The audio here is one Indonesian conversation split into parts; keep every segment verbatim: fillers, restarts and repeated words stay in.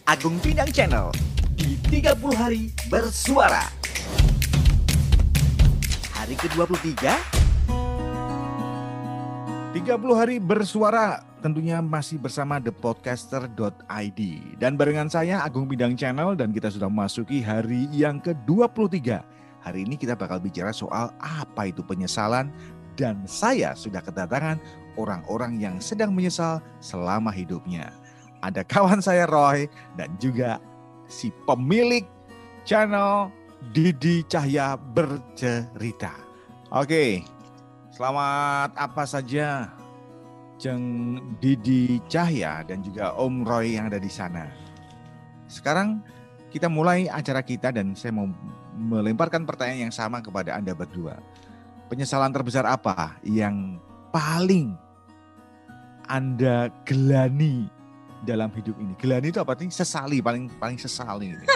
Agung Bindang Channel di tiga puluh hari bersuara. Hari ke dua puluh tiga tiga puluh hari bersuara tentunya masih bersama the podcaster dot i d dan barengan saya Agung Bindang Channel, dan kita sudah memasuki hari yang ke dua puluh tiga. Hari ini kita bakal bicara soal apa itu penyesalan, dan saya sudah kedatangan orang-orang yang sedang menyesal selama hidupnya. Ada kawan saya Roy dan juga si pemilik channel Didi Cahya Bercerita. Oke, selamat apa saja Jeng Didi Cahya dan juga Om Roy yang ada di sana. Sekarang kita mulai acara kita dan saya mau melemparkan pertanyaan yang sama kepada Anda berdua. Penyesalan terbesar apa yang paling Anda gelani dalam hidup ini? Gelani itu apa sih? Sesali, paling paling sesali. Gitu.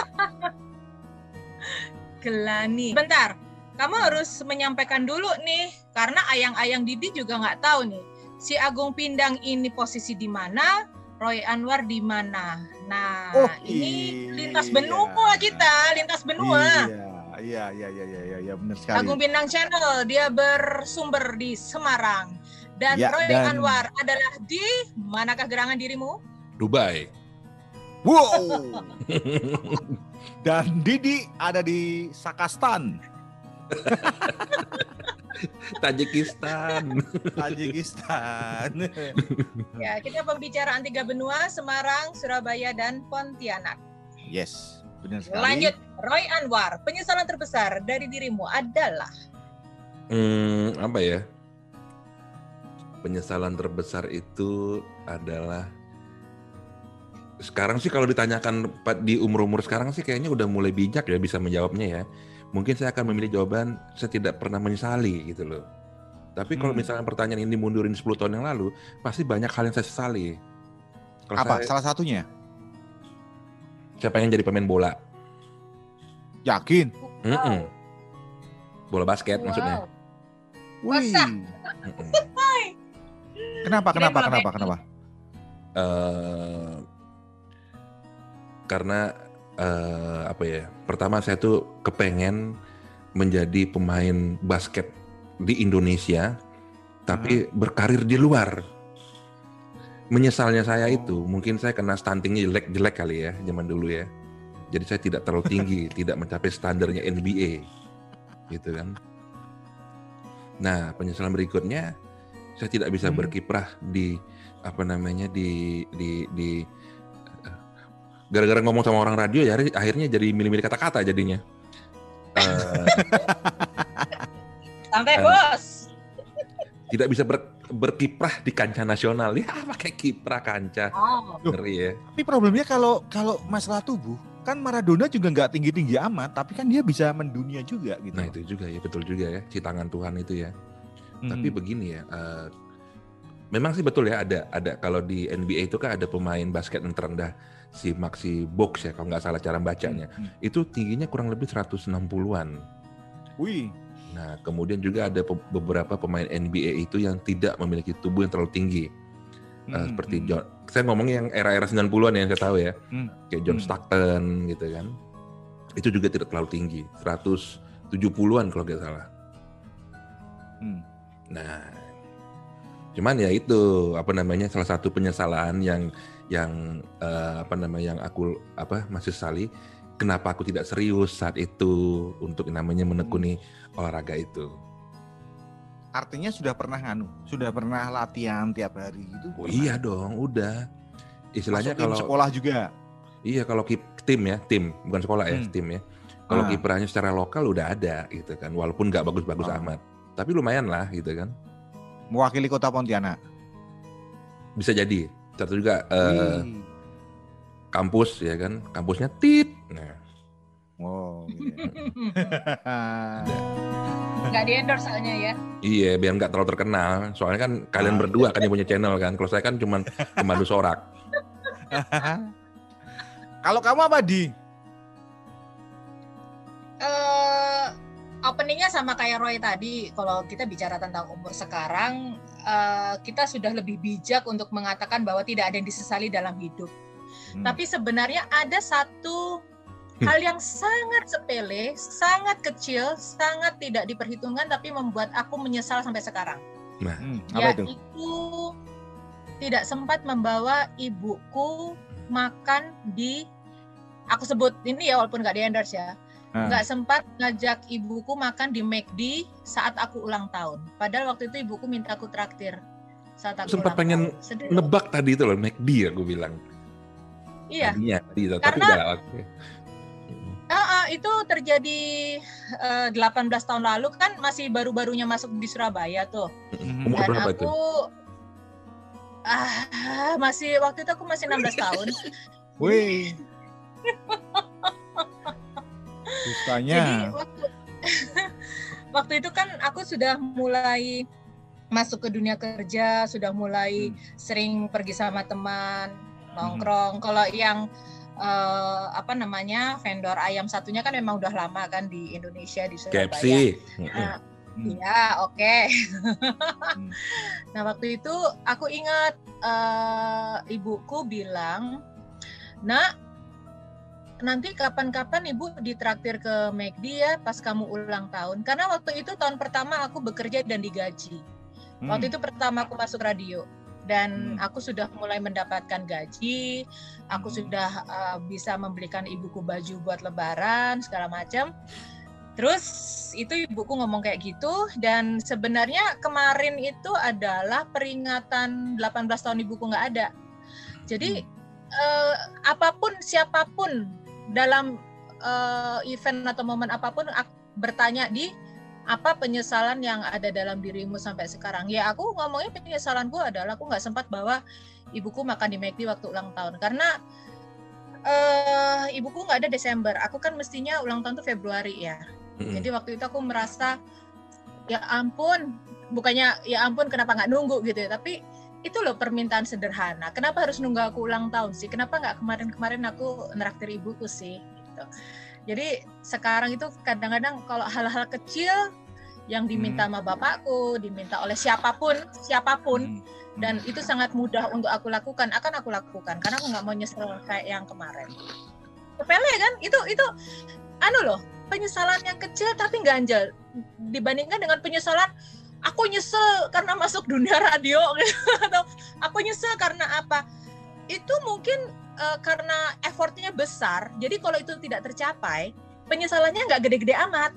Gelani. Bentar, kamu harus menyampaikan dulu nih, karena ayang-ayang Didi juga nggak tahu nih. Si Agung Bindang ini posisi di mana, Roy Anwar di mana. Nah, oh, ini iya. lintas benua kita, lintas benua. Iya, iya, iya, iya, iya, iya, benar sekali. Agung Bindang Channel, dia bersumber di Semarang. Dan ya, Roy dan... Anwar adalah di manakah gerangan dirimu? Dubai. Wow. Dan Didi ada di Sakastan. Tajikistan. Tajikistan. Ya, kita pembicaraan tiga benua, Semarang, Surabaya, dan Pontianak. Yes, benar sekali. Lanjut, Roy Anwar, penyesalan terbesar dari dirimu adalah? Hmm, apa ya? Penyesalan terbesar itu adalah, sekarang sih kalau ditanyakan di umur-umur sekarang sih kayaknya udah mulai bijak ya bisa menjawabnya ya. Mungkin saya akan memilih jawaban saya tidak pernah menyesali gitu loh. Tapi kalau hmm. misalnya pertanyaan ini mundurin sepuluh tahun yang lalu, pasti banyak hal yang saya sesali. Kalau apa? Saya, salah satunya? Saya pengen jadi pemain bola. Yakin? Wow. Bola basket wow. maksudnya. Wih. Kenapa? Kenapa? Kenapa? Kenapa? Uh, karena uh, apa ya? Pertama saya tuh kepengen menjadi pemain basket di Indonesia, tapi uh-huh. berkarir di luar. Menyesalnya saya oh. itu, mungkin saya kena stuntingnya jelek-jelek kali ya zaman dulu ya. Jadi saya tidak terlalu tinggi, tidak mencapai standarnya N B A, gitu kan. Nah, penyesalan berikutnya, saya tidak bisa hmm. berkiprah di apa namanya di di di gara-gara ngomong sama orang radio ya akhirnya jadi milih-milih kata-kata jadinya. Uh, Sampai uh, bos. Tidak bisa ber, berkiprah di kancah nasional. Ya pakai kiprah kancah. Oh. Ngeri ya. Tapi problemnya kalau kalau masalah tubuh kan Maradona juga nggak tinggi-tinggi amat, tapi kan dia bisa mendunia juga gitu. Nah itu juga ya, betul juga ya, si tangan Tuhan itu ya. Hmm. Tapi begini ya, uh, memang sih betul ya ada ada kalau di N B A itu kan ada pemain basket yang terendah si Maxi Box ya kalau nggak salah cara bacanya. Hmm. Itu tingginya kurang lebih seratus enam puluhan. Wih. Nah kemudian juga ada pe- beberapa pemain N B A itu yang tidak memiliki tubuh yang terlalu tinggi. Hmm. Uh, seperti John, saya ngomongnya yang era-era sembilan puluhan ya yang saya tahu ya. Hmm. Kayak John hmm. Stockton gitu kan. Itu juga tidak terlalu tinggi, seratus tujuh puluhan kalau nggak salah. Hmm. Nah, cuman ya itu apa namanya salah satu penyesalan yang yang uh, apa namanya yang aku apa masih sesali, kenapa aku tidak serius saat itu untuk namanya menekuni hmm. olahraga itu. Artinya sudah pernah nganu, sudah pernah latihan tiap hari gitu? Oh pernah? Iya dong, udah. Istilahnya masuk kalau sekolah juga. Iya kalau keep, tim ya, tim bukan sekolah ya, hmm. tim ya. Kalau ah. kiprahnya secara lokal udah ada gitu kan, walaupun nggak bagus-bagus ah. amat, tapi lumayan lah gitu kan. Mewakili kota Pontianak. Bisa jadi. Satu juga uh, kampus ya kan, kampusnya tit. Nah. Wow. Nggak di endorse soalnya ya. Iya, biar nggak terlalu terkenal. Soalnya kan kalian ah. berdua kan yang punya channel kan. Kalau saya kan cuma pemandu sorak. Kalau kamu apa Di? Uh, openingnya sama kayak Roy tadi. Kalau kita bicara tentang umur sekarang, uh, kita sudah lebih bijak untuk mengatakan bahwa tidak ada yang disesali dalam hidup. Hmm. Tapi sebenarnya ada satu hal yang sangat sepele, sangat kecil, sangat tidak diperhitungkan, tapi membuat aku menyesal sampai sekarang. Nah, Hmm, apa itu? Yaitu tidak sempat membawa ibuku makan di, aku sebut ini ya walaupun nggak di endorse ya, Ah. nggak sempat ngajak ibuku makan di McD saat aku ulang tahun. Padahal waktu itu ibuku minta aku traktir saat aku sempat ulang pengen tahun. Sedih loh. nebak tadi itu loh, McD aku bilang. Iya. Tadinya, tadi itu, tapi Karena- udah oke. Ah, ah, itu terjadi eh, delapan belas tahun lalu kan, masih baru-barunya masuk di Surabaya tuh. Mhm. Umur Dan berapa aku itu? ah masih waktu itu aku masih enam belas tahun. Wih. Dustanya. Jadi waktu waktu itu kan aku sudah mulai masuk ke dunia kerja, sudah mulai Hmm. sering pergi sama teman, nongkrong. Kalau yang eh, apa namanya vendor ayam satunya kan memang udah lama kan di Indonesia, di K F C. Surabaya. Mm-mm. Nah, Hmm. iya, oke. Hmm. Nah, waktu itu aku ingat eh, ibuku bilang, "Nak, nanti kapan-kapan ibu ditraktir ke McD ya pas kamu ulang tahun." Karena waktu itu tahun pertama aku bekerja dan digaji. Hmm. Waktu itu pertama aku masuk radio dan Hmm. aku sudah mulai mendapatkan gaji, aku Hmm. sudah uh, bisa membelikan ibuku baju buat lebaran segala macam. Terus itu ibuku ngomong kayak gitu, dan sebenarnya kemarin itu adalah peringatan delapan belas tahun ibuku nggak ada. Jadi uh, apapun siapapun dalam uh, event atau momen apapun ak- bertanya di apa penyesalan yang ada dalam dirimu sampai sekarang. Ya aku ngomongnya penyesalanku adalah aku nggak sempat bawa ibuku makan di McD waktu ulang tahun. Karena uh, ibuku nggak ada Desember. Aku kan mestinya ulang tahun tuh Februari ya. Mm-mm. Jadi waktu itu aku merasa, ya ampun, bukannya ya ampun kenapa nggak nunggu gitu ya. Tapi itu loh permintaan sederhana. Kenapa harus nunggu aku ulang tahun sih? Kenapa nggak kemarin-kemarin aku neraktir ibuku sih? Gitu. Jadi sekarang itu kadang-kadang kalau hal-hal kecil yang diminta Hmm. sama bapakku, diminta oleh siapapun, siapapun, Hmm. dan itu sangat mudah untuk aku lakukan, akan aku lakukan karena aku nggak mau nyesel kayak yang kemarin. Sepele kan? Itu itu anu loh, penyesalan yang kecil tapi ganjel dibandingkan dengan penyesalan aku nyesel karena masuk dunia radio atau aku nyesel karena apa? Itu mungkin uh, karena effortnya besar, jadi kalau itu tidak tercapai, penyesalannya nggak gede-gede amat.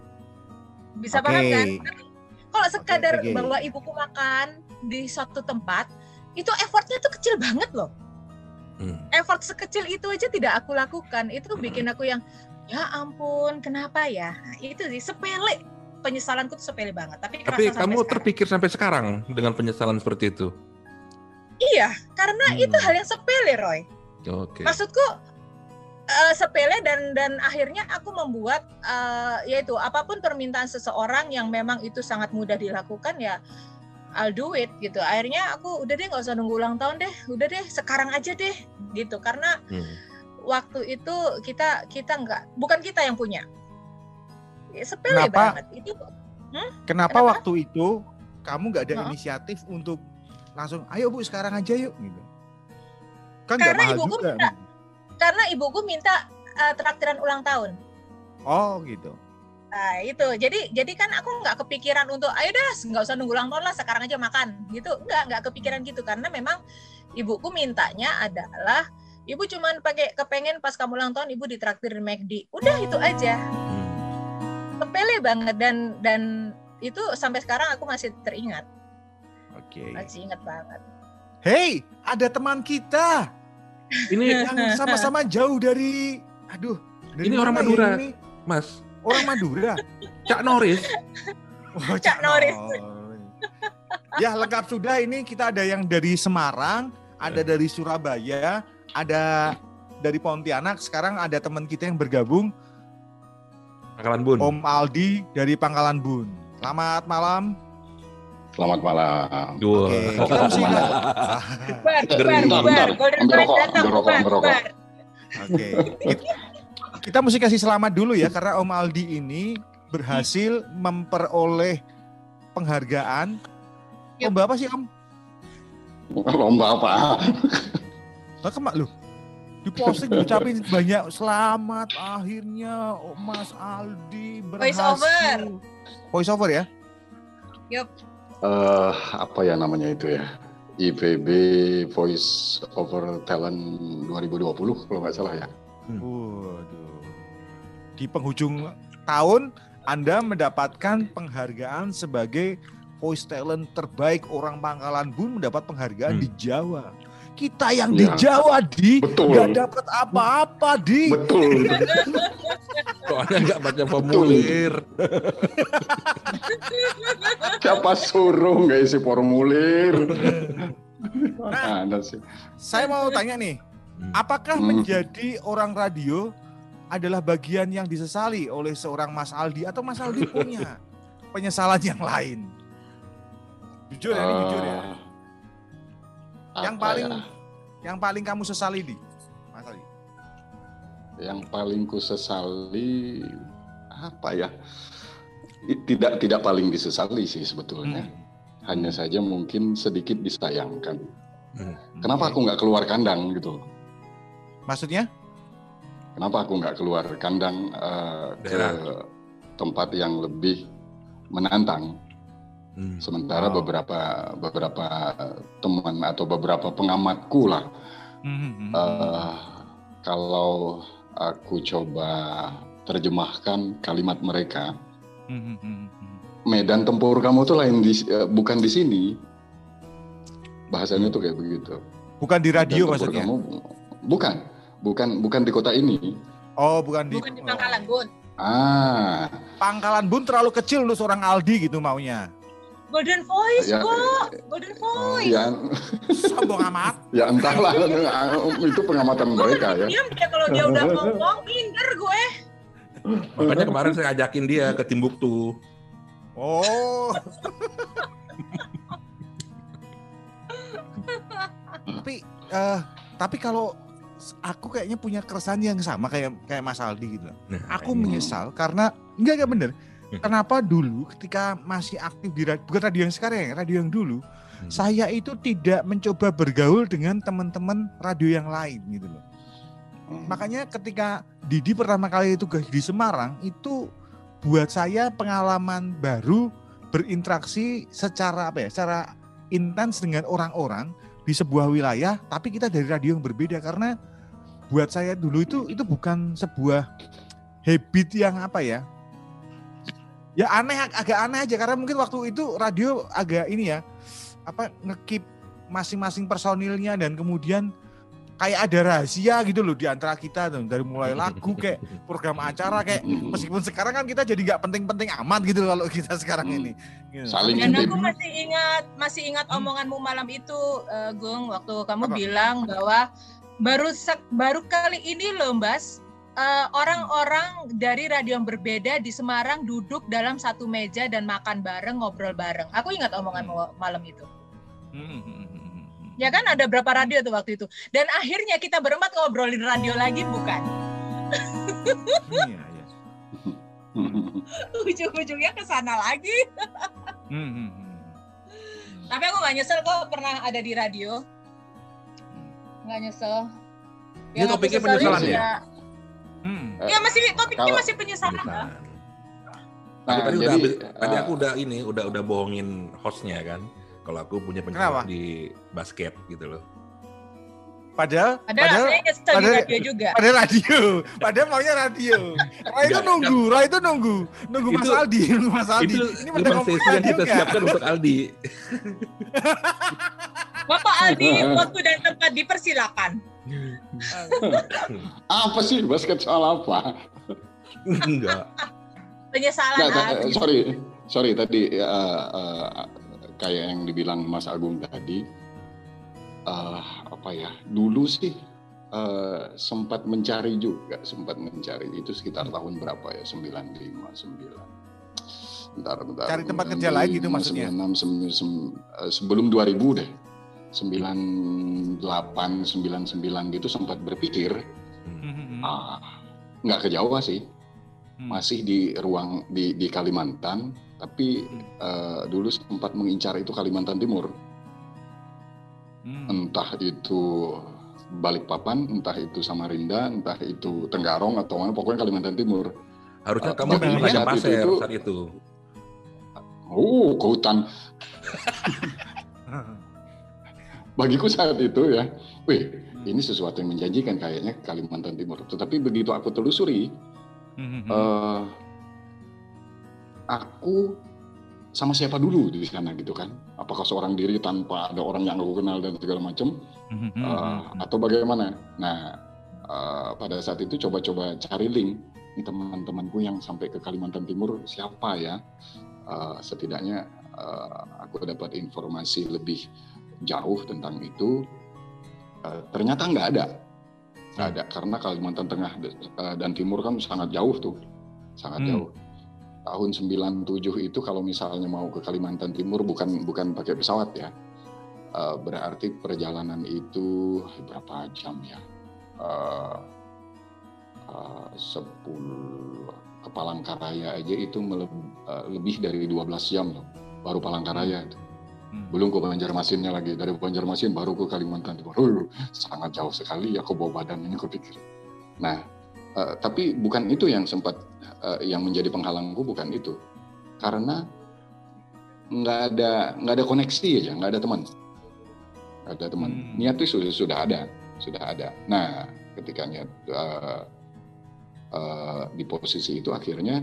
Bisa Oke. paham kan? Kalau sekadar oke. bawa ibuku makan di suatu tempat, itu effortnya tuh kecil banget loh. Hmm. Effort sekecil itu aja tidak aku lakukan, itu bikin aku yang, ya ampun, kenapa ya? Nah, itu sih sepele. Penyesalanku tuh sepele banget. Tapi, Tapi kerasa sampai kamu sekarang. terpikir sampai sekarang dengan penyesalan seperti itu? Iya, karena Hmm. itu hal yang sepele, Roy. Oke. Maksudku uh, sepele dan dan akhirnya aku membuat uh, yaitu apapun permintaan seseorang yang memang itu sangat mudah dilakukan ya I'll do it gitu. Akhirnya aku udah deh nggak usah nunggu ulang tahun deh, udah deh sekarang aja deh gitu. Karena Hmm. waktu itu kita kita nggak bukan kita yang punya. Ya, sepele Kenapa? banget itu. Kenapa, Kenapa? waktu itu kamu nggak ada Heeh. inisiatif untuk langsung, ayo Bu sekarang aja yuk gitu? Kan nggak Karena mahal ibuku juga. minta. Karena ibuku minta uh, traktiran ulang tahun. Oh gitu. Nah, itu. Jadi jadi kan aku nggak kepikiran untuk ayo dah nggak usah nunggu ulang tahun lah, sekarang aja makan gitu. Nggak nggak kepikiran gitu karena memang ibuku mintanya adalah ibu cuman pakai kepengen pas kamu ulang tahun ibu ditraktir di McD. Udah itu aja. Hmm. Sepele banget dan dan itu sampai sekarang aku masih teringat. Oke. Masih ingat banget. Hey, ada teman kita Ini yang sama-sama jauh dari, aduh, dari Ini orang mana ya Madura. ini? Mas, Orang Madura. Cak Norris. Oh, Cak Norris. Ya lengkap sudah, ini kita ada yang dari Semarang, ada dari Surabaya, ada dari Pontianak, sekarang ada teman kita yang bergabung, Pangkalan Bun. Om Aldi dari Pangkalan Bun. Selamat malam. Selamat malam. Dua. Oke, kita mesti Bubar, bubar, Ngeri. bubar. Bentar, Golden ambil Boy rokok, datang, ambil rokok, bubar, ambil rokok. bubar. Oke. Kita, kita mesti kasih selamat dulu ya karena Om Aldi ini berhasil memperoleh penghargaan. Yap. Lomba apa sih Om? Lomba apa? Lomba kemak lu. Diposting, diucapin banyak selamat akhirnya oh, Mas Aldi berhasil. Voice over. Voice over ya? Yup. Uh, apa ya namanya itu ya? I P B Voice Over Talent dua ribu dua puluh kalau nggak salah ya. Waduh. Di penghujung tahun Anda mendapatkan penghargaan sebagai voice talent terbaik orang Pangkalan Bun, mendapat penghargaan Hmm. di Jawa. Kita yang Ya. di Jawa di Betul. nggak dapat apa-apa di. Betul. Soalnya nggak baca formulir. Siapa suruh nggak isi formulir? Mana sih? Saya mau tanya nih, Hmm. apakah Hmm. menjadi orang radio adalah bagian yang disesali oleh seorang Mas Aldi atau Mas Aldi punya penyesalan yang lain? Jujur ya, ini jujur ya. Uh, Yang apa paling ya? yang paling kamu sesali di Mas Aldi? Yang paling ku sesali apa ya? I- Tidak tidak paling disesali sih sebetulnya. Hmm. Hanya saja mungkin sedikit disayangkan. Hmm. Kenapa Oke. aku nggak keluar kandang gitu? Maksudnya? Kenapa aku nggak keluar kandang uh, ke Daerah. tempat yang lebih menantang? Hmm. Sementara Oh. beberapa beberapa teman atau beberapa pengamatku lah, Hmm. uh, kalau aku coba terjemahkan kalimat mereka, Hmm. Hmm. medan tempur kamu tuh lain di, uh, bukan di sini. Bahasanya tuh kayak begitu. Bukan di radio Medan tempur maksudnya? kamu, bukan, bukan, bukan di kota ini. Oh, bukan di Bukan di Pangkalan Bun. Ah, Pangkalan Bun terlalu kecil untuk seorang Aldi gitu maunya. Golden Voice Ya, kok. Golden Voice. yang Sombong amat. ya entahlah itu pengamatan Gue mereka ya. diam deh kalau dia udah ngomong, minder gue. Makanya kemarin saya ajakin dia ke Timbuktu. Oh. tapi eh tapi kalau aku kayaknya punya keresahan yang sama kayak kayak Mas Aldi gitu. Nah, Aku ini. menyesal karena enggak enggak bener. Kenapa dulu ketika masih aktif di radio, bukan radio yang sekarang ya, radio yang dulu, Hmm. saya itu tidak mencoba bergaul dengan teman-teman radio yang lain gitu loh. Makanya ketika Didi pertama kali tugas di Semarang itu buat saya pengalaman baru berinteraksi secara apa ya, secara intens dengan orang-orang di sebuah wilayah, tapi kita dari radio yang berbeda karena buat saya dulu itu itu bukan sebuah habit yang apa ya, ya aneh, agak aneh aja karena mungkin waktu itu radio agak ini ya, apa ngekip masing-masing personilnya dan kemudian kayak ada rahasia gitu loh di antara kita tuh, dari mulai lagu kayak program acara kayak meskipun sekarang kan kita jadi nggak penting-penting amat gitu kalau kita sekarang Hmm. ini. Gitu. Saling Dan intip. aku masih ingat, masih ingat Hmm. omonganmu malam itu, eh, Gung, waktu kamu Apa? bilang bahwa baru sek- baru kali ini loh, Mbas, eh, orang-orang dari radio yang berbeda di Semarang duduk dalam satu meja dan makan bareng, ngobrol bareng. Aku ingat omonganmu malam itu. Hmm, hmm, hmm, hmm, hmm. Ya kan ada berapa radio tuh waktu itu. Dan akhirnya kita berempat ngobrolin radio lagi, bukan? Iya, iya. Ujung-ujungnya ke sana lagi. Hmm, hmm, hmm. Tapi aku gak nyesel kok pernah ada di radio. Gak nyesel. Ini Yang aku topiknya sesali penyesalan ya? Hmm. Ya masih topiknya Kalau- masih penyesalan lah. Nah, Tapi tadi jadi, udah habis- tadi uh, aku udah ini udah udah bohongin hostnya kan. Kalau aku punya Kenapa? penyesalan di basket gitu loh. Padahal, Padahal padahal, saya nyesel di padahal- radio juga. padahal radio, padahal maunya radio. Roy itu Enggak, nunggu, Roy itu nunggu, nunggu Mas Itu- Aldi, nunggu Mas Aldi. Itu Ini memang bener ngomong sesi yang radio kita nggak? siapkan untuk Aldi. Bapak Aldi, waktu dan tempat dipersilakan. apa sih basket soal apa? Enggak. Penyesalan Nah, ta- Aldi. sorry, sorry tadi uh, uh, kayak yang dibilang Mas Agung tadi, uh, apa ya? Dulu sih uh, sempat mencari juga, sempat mencari itu sekitar tahun berapa ya? sembilan lima, sembilan. Bentar, bentar. Cari tempat kerja lain gitu maksudnya? sembilan enam, sem- sem- uh, sebelum dua ribu deh. sembilan delapan, sembilan sembilan gitu sempat berpikir, Hmm, hmm, hmm. ah, nggak ke Jawa sih. Hmm. Masih di ruang di di Kalimantan, tapi uh, dulu sempat mengincar itu Kalimantan Timur. Hmm. Entah itu Balikpapan, entah itu Samarinda, entah itu Tenggarong atau mana, pokoknya Kalimantan Timur. Harusnya Uh, kamu tapi di padang saat pasir itu, saat itu. Oh, ke hutan. Bagiku saat itu ya, wih, ini sesuatu yang menjanjikan kayaknya Kalimantan Timur. Tetapi begitu aku telusuri, uh, aku sama siapa dulu di sana gitu kan? Apakah seorang diri tanpa ada orang yang aku kenal dan segala macam, uh, atau bagaimana? Nah, uh, pada saat itu coba-coba cari link. Ini teman-temanku yang sampai ke Kalimantan Timur siapa ya? Uh, setidaknya uh, aku dapat informasi lebih jauh tentang itu. Uh, ternyata nggak ada, nggak ada karena Kalimantan Tengah uh, dan Timur kan sangat jauh tuh, sangat hmm. jauh. Tahun sembilan puluh tujuh itu kalau misalnya mau ke Kalimantan Timur bukan bukan pakai pesawat ya, uh, berarti perjalanan itu berapa jam ya? Uh, uh, sepuluh ke Palangkaraya aja itu meleb- uh, lebih dari dua belas jam loh, baru Palangkaraya itu. Hmm. Belum ke Banjarmasinnya lagi, dari Banjarmasin baru ke Kalimantan Timur. Uh, sangat jauh sekali, aku bawa badan ini kupikir. Nah, uh, tapi bukan itu yang sempat uh, yang menjadi penghalangku, bukan itu. Karena nggak ada nggak ada koneksi aja, nggak ada teman, nggak ada teman. Hmm. Niat itu sudah sudah ada, sudah ada. Nah, ketika niat uh, uh, di posisi itu akhirnya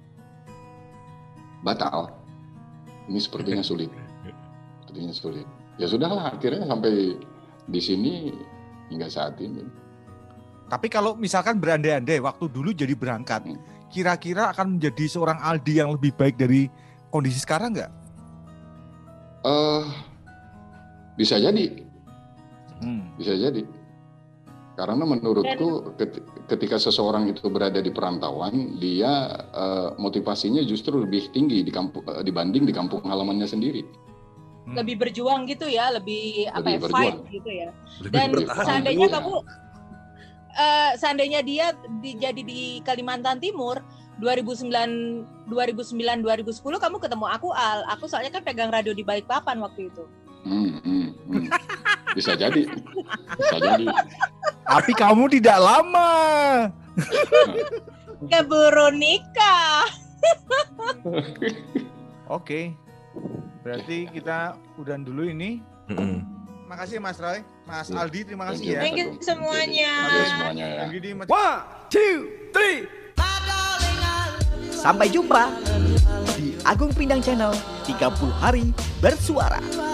batal. Ini sepertinya sulit. Sepertinya sulit. Ya sudahlah, akhirnya sampai di sini hingga saat ini. Tapi kalau misalkan berandai-andai waktu dulu jadi berangkat, hmm. kira-kira akan menjadi seorang Aldi yang lebih baik dari kondisi sekarang nggak? Uh, bisa jadi, hmm. bisa jadi. Karena menurutku ketika seseorang itu berada di perantauan, dia uh, motivasinya justru lebih tinggi di kampung, uh, dibanding di kampung halamannya sendiri. Hmm. Lebih berjuang gitu ya, lebih, lebih apa ya, berjuang. Fight gitu ya. Lebih Dan bertahan. seandainya ya. kamu, uh, seandainya dia di, jadi di Kalimantan Timur, dua ribu sembilan, dua ribu sembilan, dua ribu sepuluh kamu ketemu aku Al. Aku soalnya kan pegang radio di Balikpapan waktu itu. Hmm, hmm, hmm. Bisa jadi, bisa jadi. Tapi kamu tidak lama. Keburu nikah. Oke. Berarti kita udahan dulu ini. Mm-hmm. Makasih Mas Roy, Mas ya. Aldi, terima kasih ya. Thank you semuanya. Thank you semuanya ya. One, two, three. Sampai jumpa di Agung Pindang Channel, tiga puluh hari bersuara.